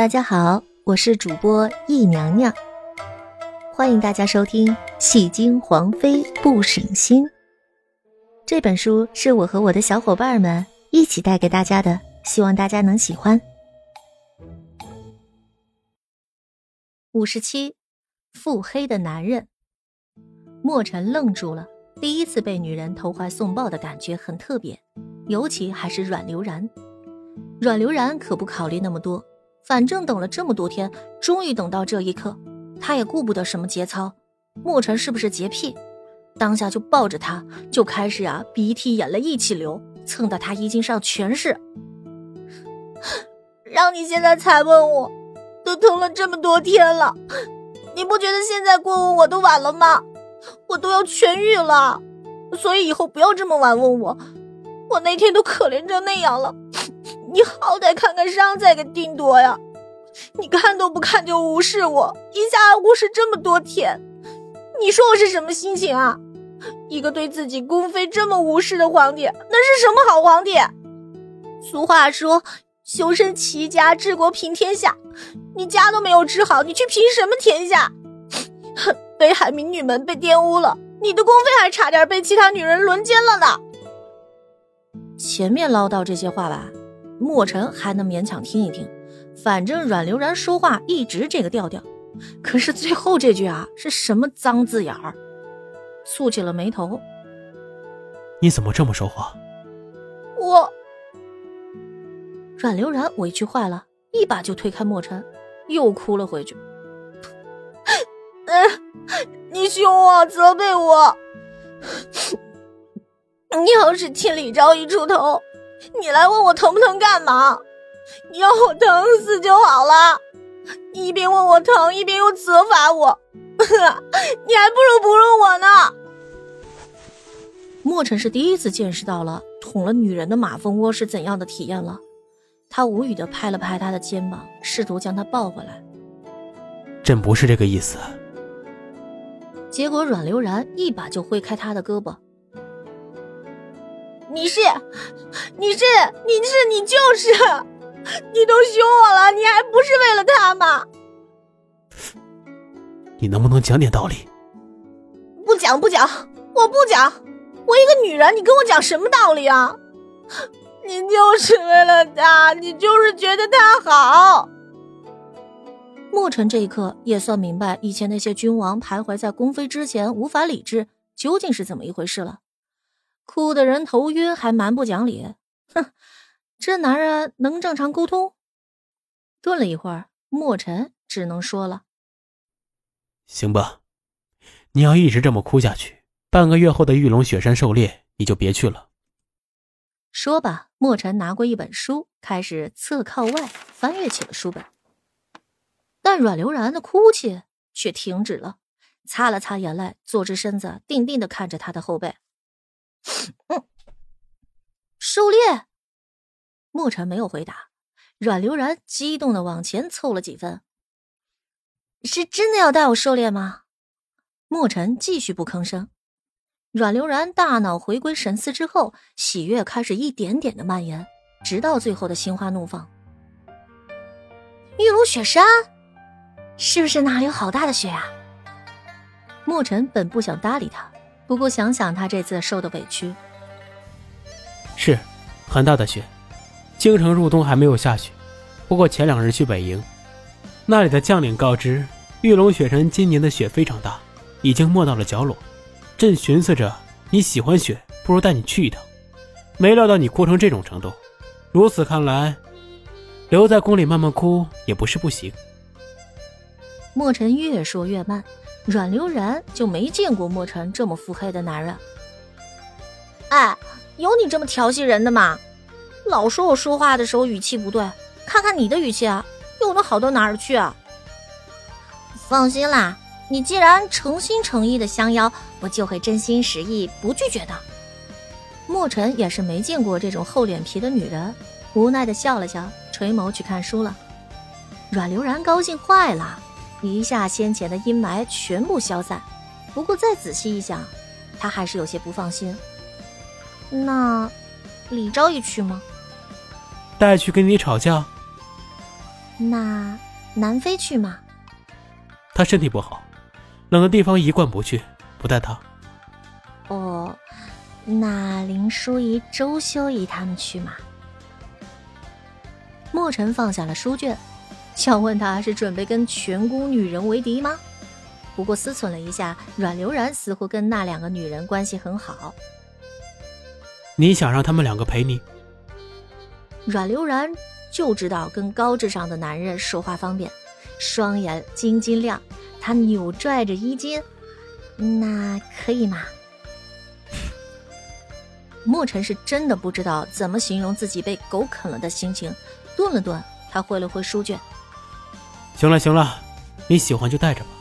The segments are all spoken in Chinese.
大家好，我是主播易娘娘，欢迎大家收听《戏精皇妃不省心》。这本书是我和我的小伙伴们一起带给大家的，希望大家能喜欢。57腹黑的男人。墨尘愣住了，第一次被女人投怀送抱的感觉很特别，尤其还是阮流然。阮流然可不考虑那么多，反正等了这么多天，终于等到这一刻，他也顾不得什么节操。墨尘是不是洁癖？当下就抱着他，就开始鼻涕眼泪一起流，蹭得他衣襟上全是。 让你现在才问我，都疼了这么多天了，你不觉得现在过问我都晚了吗？我都要痊愈了，所以以后不要这么晚问我。我那天都可怜成那样了，你好歹看看伤再给定夺呀！你看都不看就无视我，一下无视这么多天，你说我是什么心情啊？一个对自己宫妃这么无视的皇帝，那是什么好皇帝？俗话说修身齐家治国平天下，你家都没有治好，你去平什么天下？北海民女们被玷污了，你的宫妃还差点被其他女人轮奸了呢。 前面唠叨这些话吧，墨尘还能勉强听一听，反正阮流然说话一直这个调调。可是最后这句是什么脏字眼儿？蹙起了眉头。 你怎么这么说话？ 阮流然委屈坏了，一把就推开墨尘，又哭了回去。 你凶我，责备我，你要是替李昭仪出头，你来问我疼不疼干嘛？你要我疼死就好了，你一边问我疼，一边又责罚我，你还不如不论我呢。 墨尘是第一次见识到了捅了女人的马蜂窝是怎样的体验了，他无语地拍了拍他的肩膀，试图将他抱回来。 朕不是这个意思。 结果阮流然一把就挥开他的胳膊。 你就是，你都凶我了，你还不是为了他吗？ 你能不能讲点道理？ 不讲，我不讲，我一个女人，你跟我讲什么道理啊？你就是为了他，你就是觉得他好。 墨尘这一刻也算明白以前那些君王徘徊在宫妃之前无法理智究竟是怎么一回事了。哭的人头晕还蛮不讲理，哼，这男人能正常沟通？顿了一会儿，墨尘只能说了， 行吧，你要一直这么哭下去，半个月后的玉龙雪山狩猎你就别去了。 说吧，墨尘拿过一本书，开始侧靠外翻阅起了书本。但阮流然的哭泣却停止了，擦了擦眼泪，坐直身子，定定地看着他的后背。狩猎？墨尘没有回答，阮流然激动地往前凑了几分。是真的要带我狩猎吗？墨尘继续不吭声。阮流然大脑回归神思之后，喜悦开始一点点的蔓延，直到最后的心花怒放。玉龙雪山？是不是哪里有好大的雪啊？墨尘本不想搭理他，不过想想他这次受的委屈。 是很大的雪，京城入冬还没有下雪，不过前2日去北营，那里的将领告知玉龙雪山今年的雪非常大，已经没到了角落。朕寻思着你喜欢雪，不如带你去一趟，没料到你哭成这种程度，如此看来留在宫里慢慢哭也不是不行。 墨尘越说越慢，阮流然就没见过墨尘这么腹黑的男人。有你这么调戏人的吗？老说我说话的时候语气不对，看看你的语气又能好到哪儿去啊？放心啦，你既然诚心诚意的相邀，我就会真心实意不拒绝的。墨尘也是没见过这种厚脸皮的女人，无奈的笑了笑，垂眸去看书了。阮流然高兴坏了，一下先前的阴霾全部消散，不过再仔细一想，他还是有些不放心。那李昭仪去吗？ 带去跟你吵架？ 那南非去吗？ 他身体不好，冷的地方一贯不去，不带他。 哦，那林淑仪、周修仪他们去吗？莫尘放下了书卷，想问他是准备跟全宫女人为敌吗？不过思忖了一下，阮流然似乎跟那2个女人关系很好。 你想让他们2个陪你？ 阮流然就知道跟高智商的男人说话方便，双眼晶晶亮，他扭拽着衣襟，那可以吗？莫尘是真的不知道怎么形容自己被狗啃了的心情，顿了顿，他挥了挥书卷。 行了行了，你喜欢就带着吧。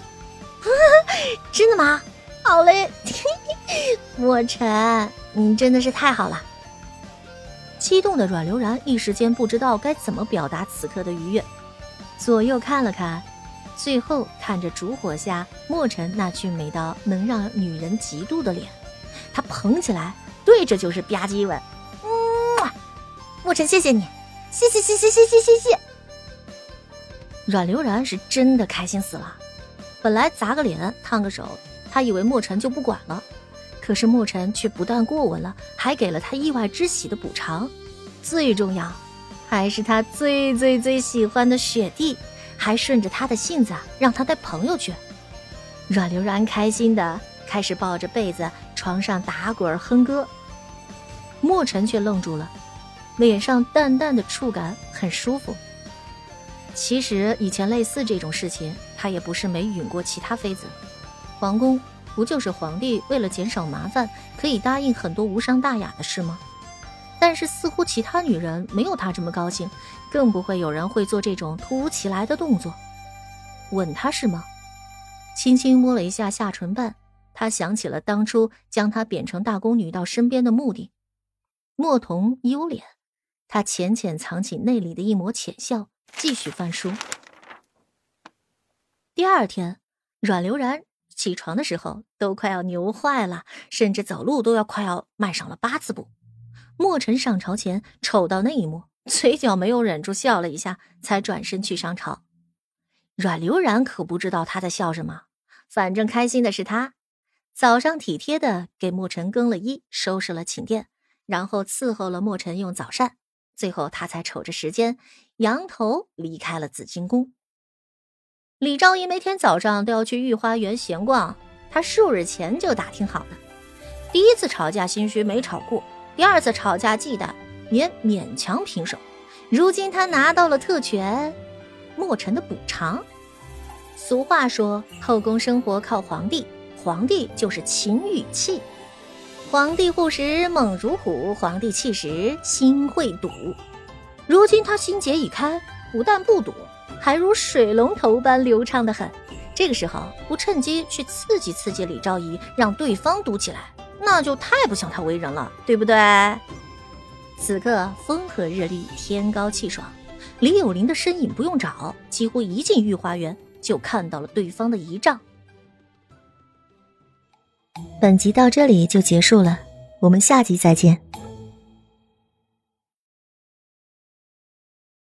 真的吗？好嘞。莫尘，你真的是太好了。激动的阮流然一时间不知道该怎么表达此刻的愉悦，左右看了看，最后看着烛火下莫尘那俊美到能让女人嫉妒的脸，他捧起来对着就是吧唧一吻。莫尘，谢谢你，谢谢谢谢谢谢谢谢。阮流然是真的开心死了，本来砸个脸烫个手，他以为莫尘就不管了，可是莫尘却不但过问了，还给了他意外之喜的补偿，最重要还是他最最最喜欢的雪地，还顺着他的性子让他带朋友去。阮流然开心的开始抱着被子床上打滚哼歌，莫尘却愣住了，脸上淡淡的触感很舒服。其实以前类似这种事情他也不是没允过其他妃子，皇宫不就是皇帝为了减少麻烦可以答应很多无伤大雅的事吗？但是似乎其他女人没有他这么高兴，更不会有人会做这种突如其来的动作。吻他是吗？轻轻摸了一下下唇瓣，他想起了当初将她贬成大宫女到身边的目的。莫童幽脸，他浅浅藏起内里的一抹浅笑，继续翻书。第二天，阮流然起床的时候都快要牛坏了，甚至走路都要快要迈上了8字步。莫尘上朝前瞅到那一幕，嘴角没有忍住笑了一下，才转身去上朝。阮流然可不知道他在笑什么，反正开心的是他。早上体贴的给莫尘更了衣，收拾了寝殿，然后伺候了莫尘用早膳，最后他才瞅着时间扬头离开了紫金宫。李昭仪每天早上都要去御花园闲逛，他数日前就打听好了，第一次吵架心虚没吵过，第2次吵架忌惮也勉强平手，如今他拿到了特权，莫尘的补偿。俗话说后宫生活靠皇帝，皇帝就是情与气，皇帝护食猛如虎，皇帝气时心会堵。如今他心结已开，不但不堵，还如水龙头般流畅得很。这个时候不趁机去刺激刺激李昭仪，让对方堵起来，那就太不像他为人了，对不对？此刻风和日丽，天高气爽，李有林的身影不用找，几乎一进御花园就看到了对方的仪仗。本集到这里就结束了，我们下集再见。